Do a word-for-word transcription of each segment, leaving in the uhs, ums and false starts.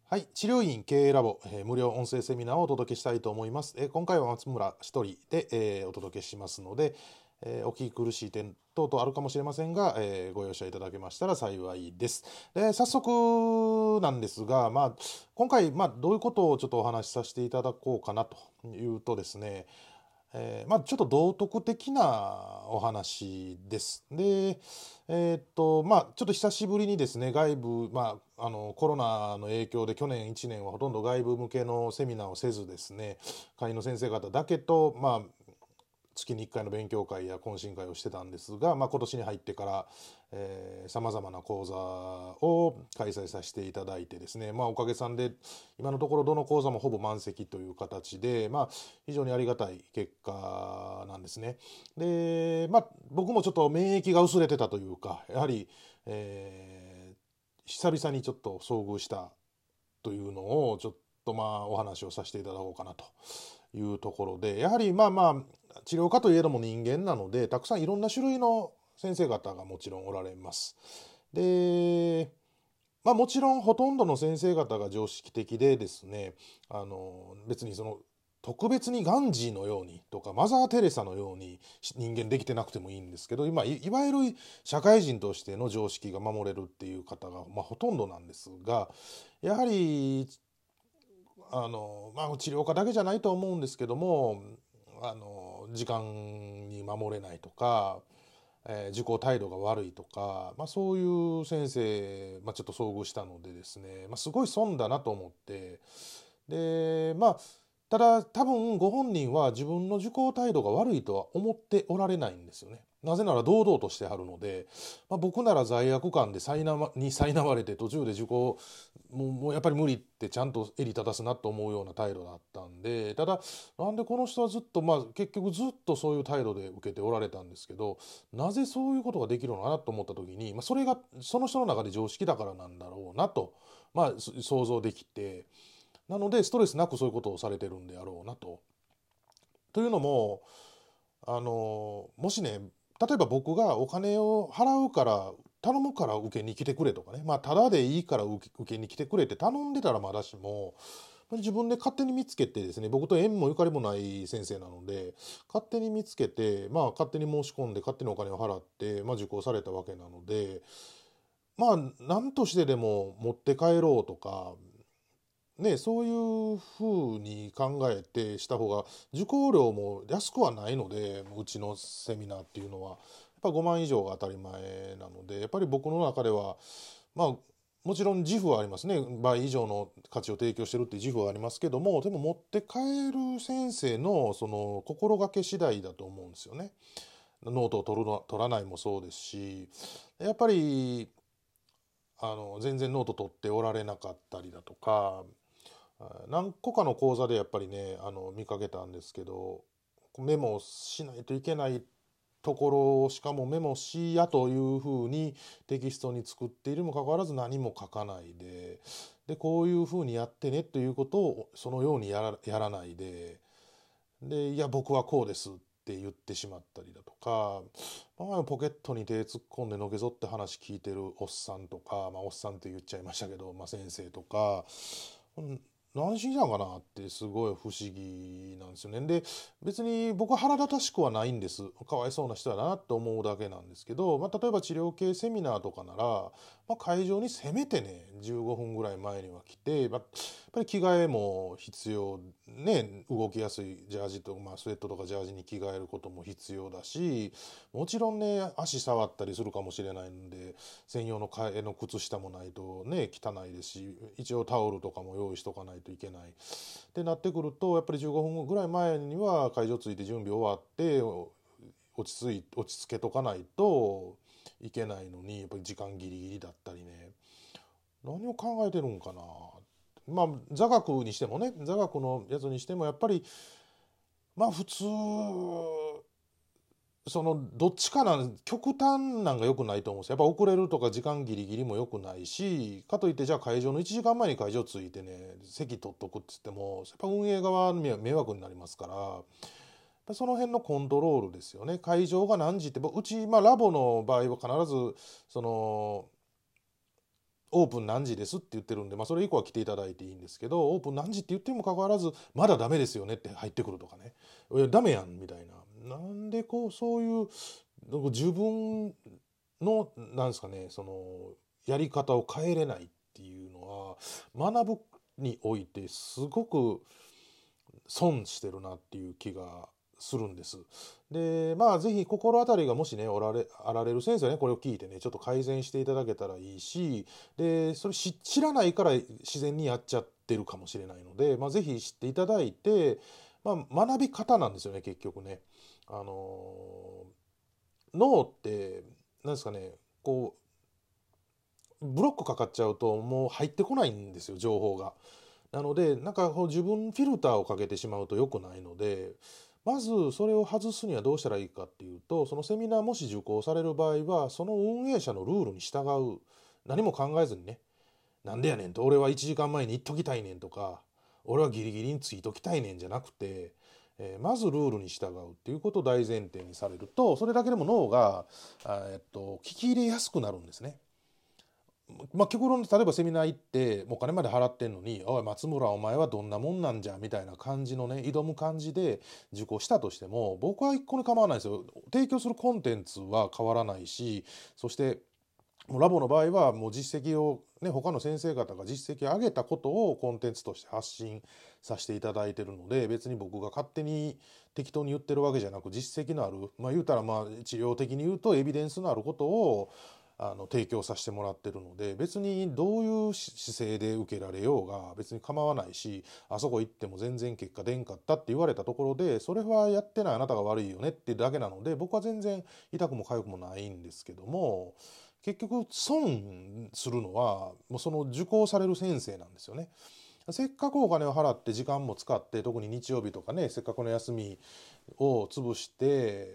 はい、治療院経営ラボ、えー無料音声セミナーをお届けしたいと思います。えー今回は松村一人で、えーお届けしますので、えーお聞き苦しい点等々あるかもしれませんが、えーご容赦いただけましたら幸いです。で、早速なんですが、まあ、今回、まあ、どういうことをちょっとお話しさせていただこうかなというとですね、えーまあ、ちょっと道徳的なお話です。で、えーっと、まあ、ちょっと久しぶりにですね、外部、まあ、あの、コロナの影響で去年いちねんはほとんど外部向けのセミナーをせずですね、会員の先生方だけと、まあ、月にいっかいの勉強会や懇親会をしてたんですが、まあ、今年に入ってから、えー、様々な講座を開催させていただいてですね、まあ、おかげさんで、今のところどの講座もほぼ満席という形で、まあ、非常にありがたい結果なんですね。で、まあ、僕もちょっと免疫が薄れてたというか、やはり、えー久々にちょっと遭遇したというのを、ちょっとまあ、お話をさせていただこうかなというところで、やはりまあまあ、治療家といえども人間なので、たくさんいろんな種類の先生方がもちろんおられます。で、まあもちろんほとんどの先生方が常識的でですね、あの、別にその、特別にガンジーのようにとかマザー・テレサのように人間できてなくてもいいんですけど、今い、いわゆる社会人としての常識が守れるっていう方が、まあ、ほとんどなんですが、やはりあの、まあ、治療家だけじゃないと思うんですけども、あの、時間に守れないとか、えー受講態度が悪いとか、まあ、そういう先生、まあ、ちょっと遭遇したのでですね、まあ、すごい損だなと思って、で、まあ、ただ多分ご本人は自分の受講態度が悪いとは思っておられないんですよね。なぜなら堂々としてはるので、まあ、僕なら罪悪感で苛まに苛まれて途中で受講もうもうやっぱり無理ってちゃんと襟正すなと思うような態度だったんで、ただなんでこの人はずっとまあ結局ずっとそういう態度で受けておられたんですけど、なぜそういうことができるのかなと思った時に、まあ、それがその人の中で常識だからなんだろうなと、まあ、想像できて、なのでストレスなくそういうことをされてるんであろうなと。というのも、あの、もしね、例えば僕がお金を払うから、頼むから受けに来てくれとかね、まあ、ただでいいから受け受けに来てくれって頼んでたらまだしも、自分で勝手に見つけてですね、僕と縁もゆかりもない先生なので、勝手に見つけて、まあ、勝手に申し込んで、勝手にお金を払って、まあ、受講されたわけなので、まあ、何としてでも持って帰ろうとか、ね、そういうふうに考えてした方が、受講料も安くはないので、うちのセミナーっていうのは、やっぱごまん以上が当たり前なので、やっぱり僕の中では、まあ、もちろん自負はありますね。倍以上の価値を提供してるっていう自負はありますけども、でも持って帰る先生のその心がけ次第だと思うんですよね。ノートを取るの取らないもそうですし、やっぱり、あの、全然ノート取っておられなかったりだとか、何個かの講座でやっぱりね、あの、見かけたんですけど、メモしないといけないところをしかもメモしやというふうにテキストに作っているにもかかわらず何も書かないで、で、こういうふうにやってねということをそのようにやら、やらないで、で、いや、僕はこうですって言ってしまったりだとか、まあ、ポケットに手突っ込んでのけぞって話聞いてるおっさんとか、まあ、おっさんって言っちゃいましたけど、まあ、先生とか、うん何しに来たんかなってすごい不思議なんですよね。で、別に僕は腹立たしくはないんです。かわいそうな人だなって思うだけなんですけど、まあ、例えば治療系セミナーとかなら、まあ、会場にせめてね、じゅうごふんぐらい前には来て、まあ、やっぱり着替えも必要、ね、動きやすいジャージとか、まあ、スウェットとかジャージに着替えることも必要だし、もちろんね、足触ったりするかもしれないんで、専用の替えの靴下もないとね、汚いですし、一応タオルとかも用意しとかないといけない。ってなってくると、やっぱりじゅうごふんぐらい前には会場着いて準備終わって、落ち着い、落ち着けとかないといけないのに、やっぱり時間ギリギリだったりね、何を考えてるんかな。まあ、座学にしてもね、座学のやつにしても、やっぱり、まあ普通、そのどっちかなん、極端なんが良くないと思うんですよ。やっぱ遅れるとか時間ギリギリも良くないし、かといってじゃあ会場のいちじかんまえに会場着いてね、席取っとくっつっても、やっぱ運営側には迷惑になりますから、やっぱその辺のコントロールですよね。会場が何時って、うち、まあラボの場合は必ず、その、 オープン何時ですって言ってるんで、まあ、それ以降は来ていただいていいんですけど、オープン何時って言ってもかかわらずまだダメですよねって入ってくるとかね、いやダメやんみたいな、なんでこうそういう自分のなんですかね、そのやり方を変えれないっていうのは学ぶにおいてすごく損してるなっていう気がするんです。で、まあぜひ心当たりがもしねおられあられる先生はね、これを聞いてねちょっと改善していただけたらいいし、でそれ知知らないから自然にやっちゃってるかもしれないので、まあ、ぜひ知っていただいて、まあ、学び方なんですよね結局ね。あの脳ってなんですかね、こうブロックかかっちゃうともう入ってこないんですよ情報が。なのでなんかこう自分フィルターをかけてしまうと良くないので、まずそれを外すにはどうしたらいいかっていうと、そのセミナーもし受講される場合はその運営者のルールに従う、何も考えずにね、なんでやねんと、俺はいちじかんまえに言っときたいねんとか、俺はギリギリについときたいねんじゃなくて、えーまずルールに従うっていうことを大前提にされると、それだけでも脳が、あえっと、聞き入れやすくなるんですね。まあ、極論例えばセミナー行ってもうお金まで払ってんのに「おい松村お前はどんなもんなんじゃ」みたいな感じのね挑む感じで受講したとしても僕は一個に構わないですよ。提供するコンテンツは変わらないし、そしてもうラボの場合はもう実績をね他の先生方が実績を上げたことをコンテンツとして発信させていただいてるので、別に僕が勝手に適当に言ってるわけじゃなく、実績のある、まあ言うたらまあ治療的に言うとエビデンスのあることをあの提供させてもらってるので、別にどういう姿勢で受けられようが別に構わないし、あそこ行っても全然結果出んかったって言われたところでそれはやってないあなたが悪いよねっていうだけなので、僕は全然痛くも痒くもないんですけども、結局損するのはもうその受講される先生なんですよね。せっかくお金を払って時間も使って、特に日曜日とかねせっかくの休みを潰して、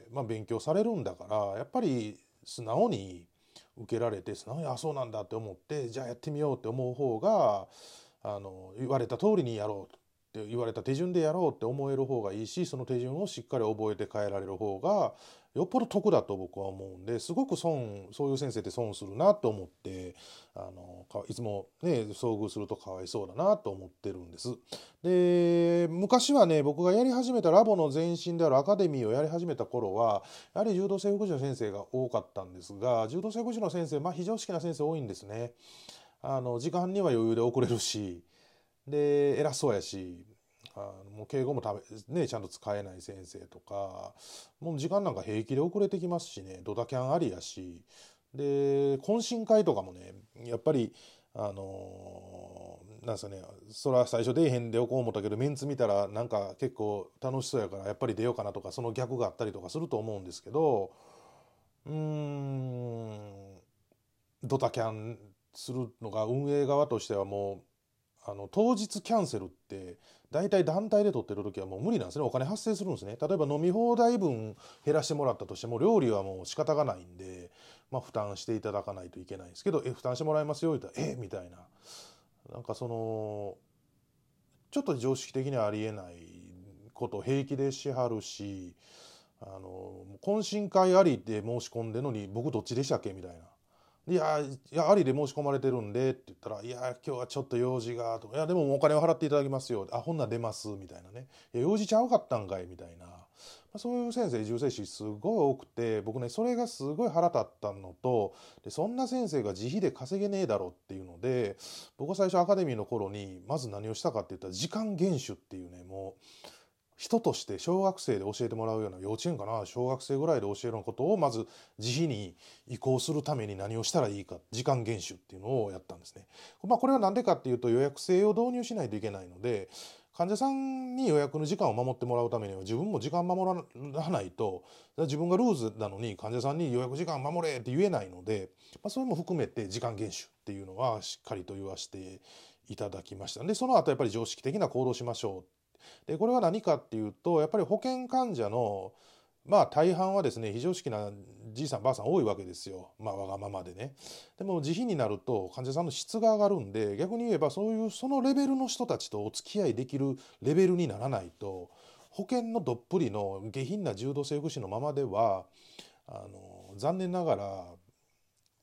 まあ、勉強されるんだから、やっぱり素直に受けられて、素直に「あそうなんだ」って思ってじゃあやってみようって思う方が、あの言われた通りにやろうって言われた手順でやろうって思える方がいいし、その手順をしっかり覚えて変えられる方がよっぽど得だと僕は思うんで、すごく損そういう先生って損するなと思って、あのいつもね遭遇するとかわいそうだなと思ってるんです。で昔はね僕がやり始めたラボの前身であるアカデミーをやり始めた頃はやはり柔道整復師の先生が多かったんですが、柔道整復師の先生、まあ非常識な先生多いんですね。あの時間には余裕で遅れるし、で偉そうやし、あのもう敬語もため、ね、ちゃんと使えない先生とか、もう時間なんか平気で遅れてきますしね、ドタキャンありやし、で懇親会とかもねやっぱりあのーなんすかね、それは最初出えへんでおこう思ったけどメンツ見たらなんか結構楽しそうやからやっぱり出ようかなとか、その逆があったりとかすると思うんですけど、うーんドタキャンするのが運営側としてはもうあの当日キャンセルって大体団体で取ってる時はもう無理なんですね。お金発生するんですね。例えば飲み放題分減らしてもらったとしても料理はもう仕方がないんで、まあ、負担していただかないといけないんですけど、え負担してもらいますよ言ったらえみたいな、なんかそのちょっと常識的にはありえないことを平気でしはるし、あの懇親会ありで申し込んでるのに僕どっちでしたっけみたいな。いやいやありで申し込まれてるんでって言ったら「いや今日はちょっと用事が」とか「いやでもお金を払っていただきますよ」「あほんなら出ます」みたいなね「いや用事ちゃうかったんかい」みたいな、まあ、そういう先生重生師すごい多くて、僕ねそれがすごい腹立ったのと、でそんな先生が自費で稼げねえだろっていうので、僕は最初アカデミーの頃にまず何をしたかって言ったら時間厳守っていうね、もう人として小学生で教えてもらうような、幼稚園かな小学生ぐらいで教えるようなことをまず自費に移行するために何をしたらいいか、時間厳守っていうのをやったんですね。まあ、これは何でかっていうと予約制を導入しないといけないので、患者さんに予約の時間を守ってもらうためには自分も時間守らないと、自分がルーズなのに患者さんに予約時間守れって言えないので、まあ、それも含めて時間厳守っていうのはしっかりと言わせていただきました。でその後やっぱり常識的な行動しましょう。でこれは何かっていうと、やっぱり保険患者のまあ大半はですね非常識なじいさんばあさん多いわけですよ、まあわがままでね。でも自費になると患者さんの質が上がるんで、逆に言えばそういうそのレベルの人たちとお付き合いできるレベルにならないと、保険のどっぷりの下品な柔道整復師のままではあの残念ながら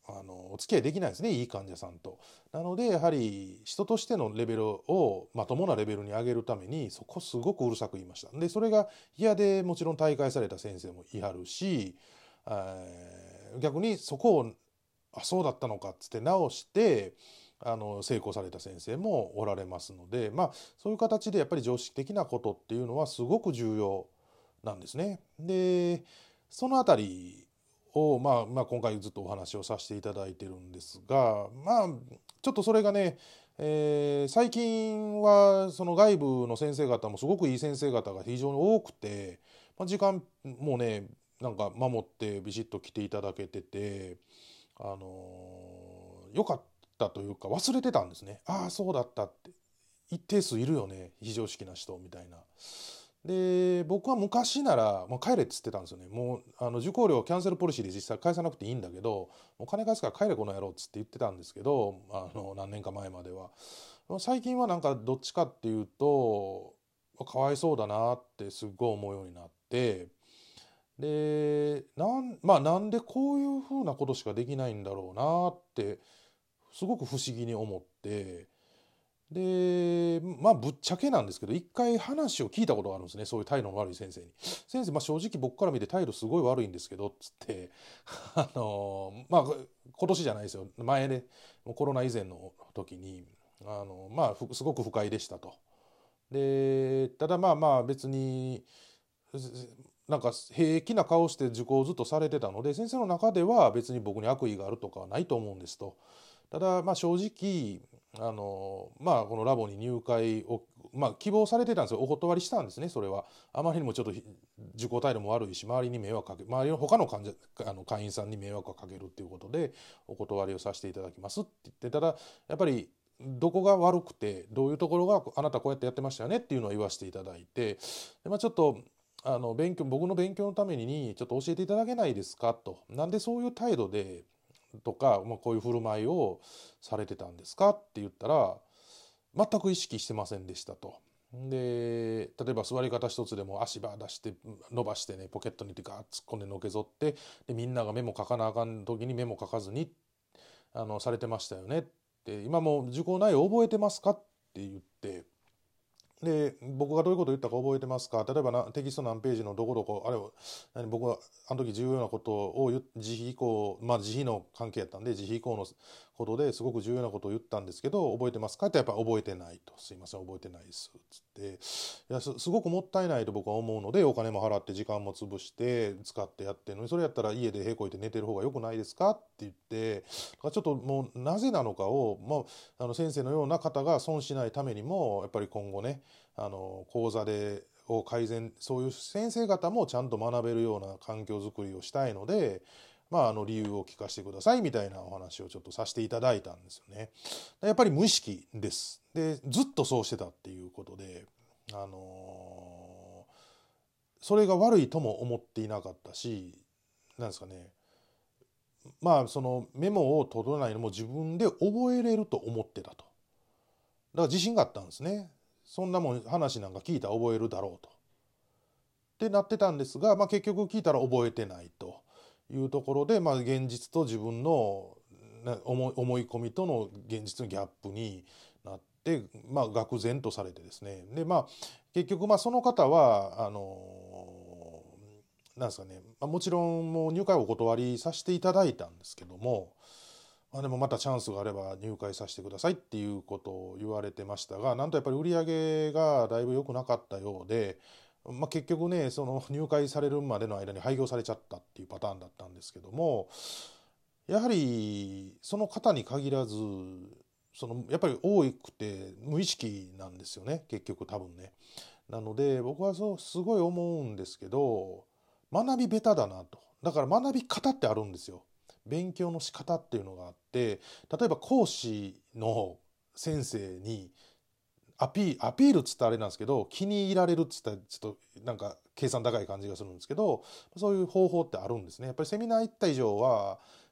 あのお付き合いできないですね、いい患者さんと。なのでやはり人としてのレベルをまともなレベルに上げるためにそこすごくうるさく言いました。でそれが嫌でもちろん退会された先生もいはるし、えー逆にそこをあそうだったのかっつって直してあの成功された先生もおられますので、まあそういう形でやっぱり常識的なことっていうのはすごく重要なんですね。でそのあたりを、まあ、まあ今回ずっとお話をさせていただいてるんですが、まあちょっとそれがね、えー最近はその外部の先生方もすごくいい先生方が非常に多くて、まあ、時間もねなんか守ってビシッと来ていただけてて、あのー、よかったというか忘れてたんですね。ああそうだったって、一定数いるよね非常識な人みたいな。で僕は昔ならもう帰れっつってたんですよね。もうあの受講料キャンセルポリシーで実際返さなくていいんだけど、もう金返すから帰れこの野郎っつって言ってたんですけど、あの何年か前までは。最近はなんかどっちかっていうとかわいそうだなってすっごい思うようになって、でなんまあなんでこういうふうなことしかできないんだろうなってすごく不思議に思って、でまあぶっちゃけなんですけど一回話を聞いたことがあるんですね、そういう態度の悪い先生に。先生、まあ、正直僕から見て態度すごい悪いんですけどっつってあのまあ今年じゃないですよ、前ね、コロナ以前の時にあのまあふすごく不快でしたと。でただまあまあ別になんか平気な顔して受講をずっとされてたので、先生の中では別に僕に悪意があるとかはないと思うんですと。ただまあ正直あのまあこのラボに入会を、まあ、希望されてたんですよ。お断りしたんですね。それはあまりにもちょっと受講態度も悪いし、周りに迷惑かけ周りの他の患者あの会員さんに迷惑をかけるっていうことでお断りをさせていただきますって言って、ただやっぱりどこが悪くてどういうところがあなたこうやってやってましたよねっていうのを言わせていただいて、で、まあ、ちょっとあの勉強僕の勉強のためにちょっと教えていただけないですかと。なんでそういう態度でとか、まあ、こういう振る舞いをされてたんですかって言ったら全く意識してませんでしたと。で例えば座り方一つでも足場出して伸ばしてねポケットにガーッ突っ込んでのけぞって、でみんながメモ書かなあかん時にメモ書かずにあのされてましたよねって、今もう受講内容覚えてますかって言って、で僕がどういうことを言ったか覚えてますか、例えばなテキスト何ページのどこどこあれを何僕はあの時重要なことを言自費移行、まあ自費の関係やったんで自費移行のことですごく重要なことを言ったんですけど覚えてますかってやっぱ覚えてないと。すいません覚えてないですっつって、いや す, すごくもったいないと僕は思うので、お金も払って時間も潰して使ってやってるのにそれやったら家でへこいて寝てる方が良くないですかって言って、ちょっともうなぜなのかを、まあ、あの先生のような方が損しないためにもやっぱり今後ねあの講座でを改善、そういう先生方もちゃんと学べるような環境づくりをしたいので、まあ、あの理由を聞かせてくださいみたいなお話をちょっとさせていただいたんですよね。やっぱり無意識です。でずっとそうしてたっていうことで、あのーそれが悪いとも思っていなかったし、なんですかね、まあそのメモを取らないのも自分で覚えれると思ってたと。だから自信があったんですね。そんなもん話なんか聞いたら覚えるだろうと。ってなってたんですが、まあ、結局聞いたら覚えてないというところで、まあ、現実と自分の思い思い込みとの現実のギャップになって、まあ、愕然とされてですね。で、まあ、結局、まあ、その方は、あの、なんですかね、まあ、もちろんもう入会をお断りさせていただいたんですけども、まあ、でもまたチャンスがあれば入会させてくださいっていうことを言われてましたが、なんとやっぱり売り上げがだいぶ良くなかったようで、まあ、結局ねその入会されるまでの間に廃業されちゃったっていうパターンだったんですけども、やはりその方に限らずそのやっぱり多くて無意識なんですよね結局多分ね。なので僕はそうすごい思うんですけど、学び下手だなと。だから学び方ってあるんですよ。勉強の仕方っていうのがあって、例えば講師の先生にアピール、アピールっつったらあれなんですけど、気に入られるっつったらちょっとなんか計算高い感じがするんですけど、そういう方法ってあるんですね。やっぱりセミナー行った以上は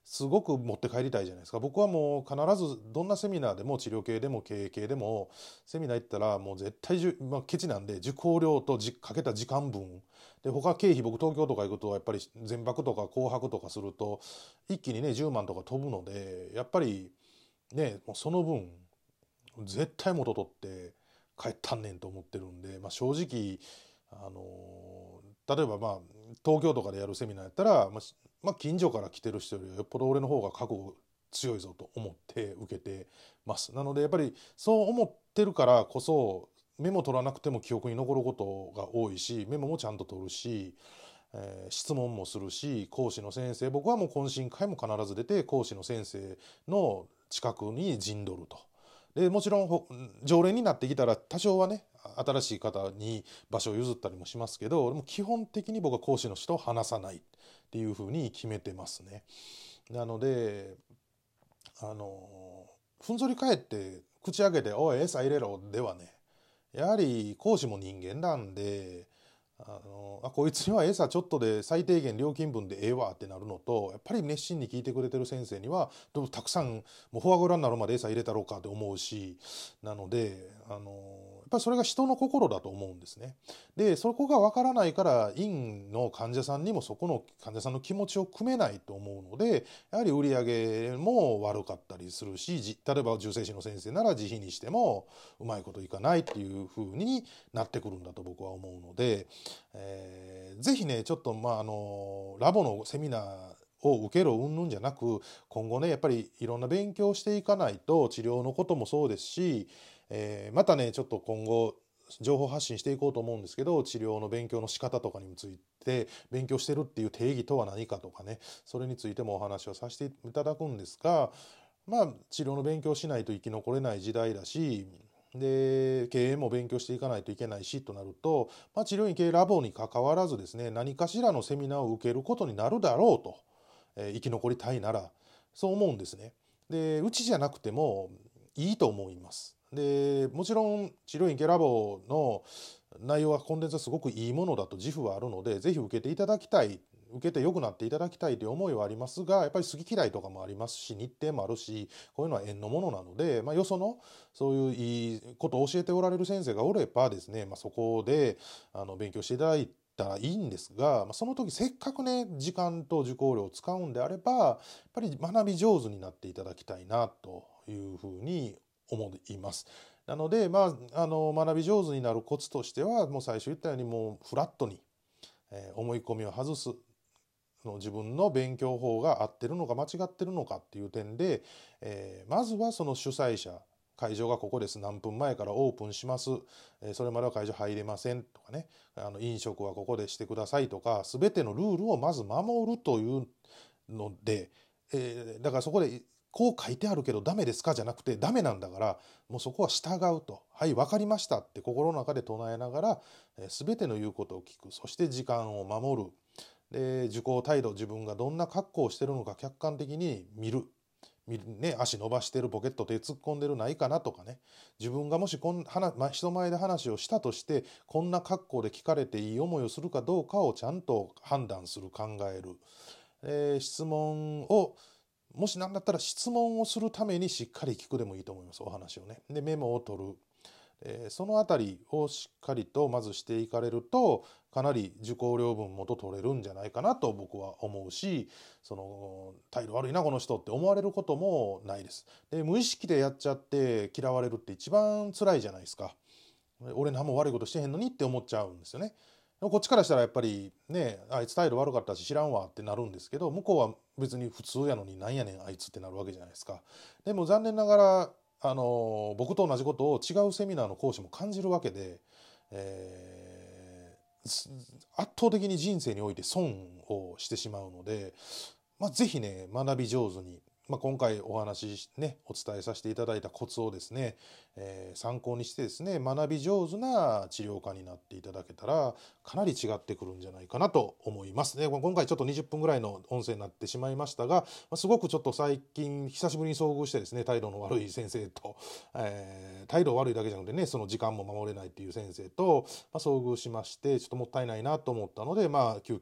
すごく持って帰りたいじゃないですか。僕はもう必ずどんなセミナーでも治療系でも経営系でもセミナー行ったらもう絶対じゅ、まあ、ケチなんで受講料とじかけた時間分で、他経費僕東京とか行くとやっぱり全泊とか紅白とかすると一気にねじゅうまんとか飛ぶので、やっぱりねもうその分絶対元取って帰ったんねんと思ってるんで、まあ、正直あの例えばまあ東京とかでやるセミナーやったら、まあ、まあ、近所から来てる人よりはよっぽど俺の方が覚悟強いぞと思って受けてます。なのでやっぱりそう思ってるからこそメモ取らなくても記憶に残ることが多いし、メモもちゃんと取るし、えー質問もするし、講師の先生、僕はもう懇親会も必ず出て講師の先生の近くに陣取ると。でもちろん常連になってきたら多少はね新しい方に場所を譲ったりもしますけど、でも基本的に僕は講師の人を話さないっていうふうに決めてますね。なのであのふんぞり返って口開けて「おい餌入れろ」ではね、やはり講師も人間なんで、あのあこいつには餌ちょっとで最低限料金分でええわってなるのと、やっぱり熱心に聞いてくれてる先生にはたくさんもうフォアグラになるまで餌入れたろうかって思うし、なのであのやっぱりそれが人の心だと思うんですね。でそこがわからないから院の患者さんにもそこの患者さんの気持ちを汲めないと思うので、やはり売り上げも悪かったりするし、じ例えば重生師の先生なら自費にしてもうまいこといかないっていう風になってくるんだと僕は思うので、えーぜひねちょっとまああのラボのセミナーを受けろ云々じゃなく、今後ねやっぱりいろんな勉強していかないと、治療のこともそうですし、えーまたねちょっと今後情報発信していこうと思うんですけど、治療の勉強の仕方とかについて、勉強してるっていう定義とは何かとかね、それについてもお話をさせていただくんですが、まあ治療の勉強しないと生き残れない時代だし、で経営も勉強していかないといけないしとなると、まあ、治療院系ラボに関わらずですね、何かしらのセミナーを受けることになるだろうと、えー生き残りたいならそう思うんですね。でうちじゃなくてもいいと思います。でもちろん治療院系ラボの内容はコンテンツはすごくいいものだと自負はあるので、ぜひ受けていただきたい、受けて良くなっていただきたいという思いはありますが、やっぱり好き嫌いとかもありますし、日程もあるし、こういうのは縁のものなので、まあ、よそのそういういいことを教えておられる先生がおればですね、まあ、そこであの勉強していただいたらいいんですが、まあ、その時せっかくね時間と受講料を使うんであれば、やっぱり学び上手になっていただきたいなというふうに思います。なので、まあ、あの学び上手になるコツとしては、もう最初言ったようにもうフラットに、えー思い込みを外すの自分の勉強法が合ってるのか間違ってるのかっていう点で、えーまずはその主催者、会場がここです、何分前からオープンします、えーそれまでは会場入れませんとかね、あの飲食はここでしてくださいとか、全てのルールをまず守るというので、えーだからそこでこう書いてあるけどダメですかじゃなくて、ダメなんだからもうそこは従うと、はい分かりましたって心の中で唱えながら、えー全ての言うことを聞く、そして時間を守る、で受講態度、自分がどんな格好をしてるのか客観的に見る。見るね、足伸ばしてる、ポケット手突っ込んでるないかなとかね、自分がもしこんはな、ま人前で話をしたとしてこんな格好で聞かれていい思いをするかどうかをちゃんと判断する、考える、えー質問をもし何だったら質問をするためにしっかり聞くでもいいと思います、お話をね。でメモを取る、えーそのあたりをしっかりとまずしていかれると、かなり受講料分元取れるんじゃないかなと僕は思うし、その態度悪いなこの人って思われることもないです。で無意識でやっちゃって嫌われるって一番辛いじゃないですか。俺何も悪いことしてへんのにって思っちゃうんですよね。こっちからしたらやっぱりね、あいつ態度悪かったし知らんわってなるんですけど、向こうは別に普通やのになんやねんあいつってなるわけじゃないですか。でも残念ながらあの僕と同じことを違うセミナーの講師も感じるわけで、えー圧倒的に人生において損をしてしまうので、まあ、ぜひね学び上手に、まあ、今回お話しねお伝えさせていただいたコツをですね、えー参考にしてですね学び上手な治療家になっていただけたらかなり違ってくるんじゃないかなと思いますね。今回ちょっとにじゅっぷんぐらいの音声になってしまいましたが、まあ、すごくちょっと最近久しぶりに遭遇してですね、態度の悪い先生と、えー態度悪いだけじゃなくてねその時間も守れないっていう先生と、まあ、遭遇しまして、ちょっともったいないなと思ったので、まあ急遽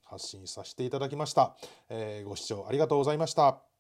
発信させていただきました。えーご視聴ありがとうございました。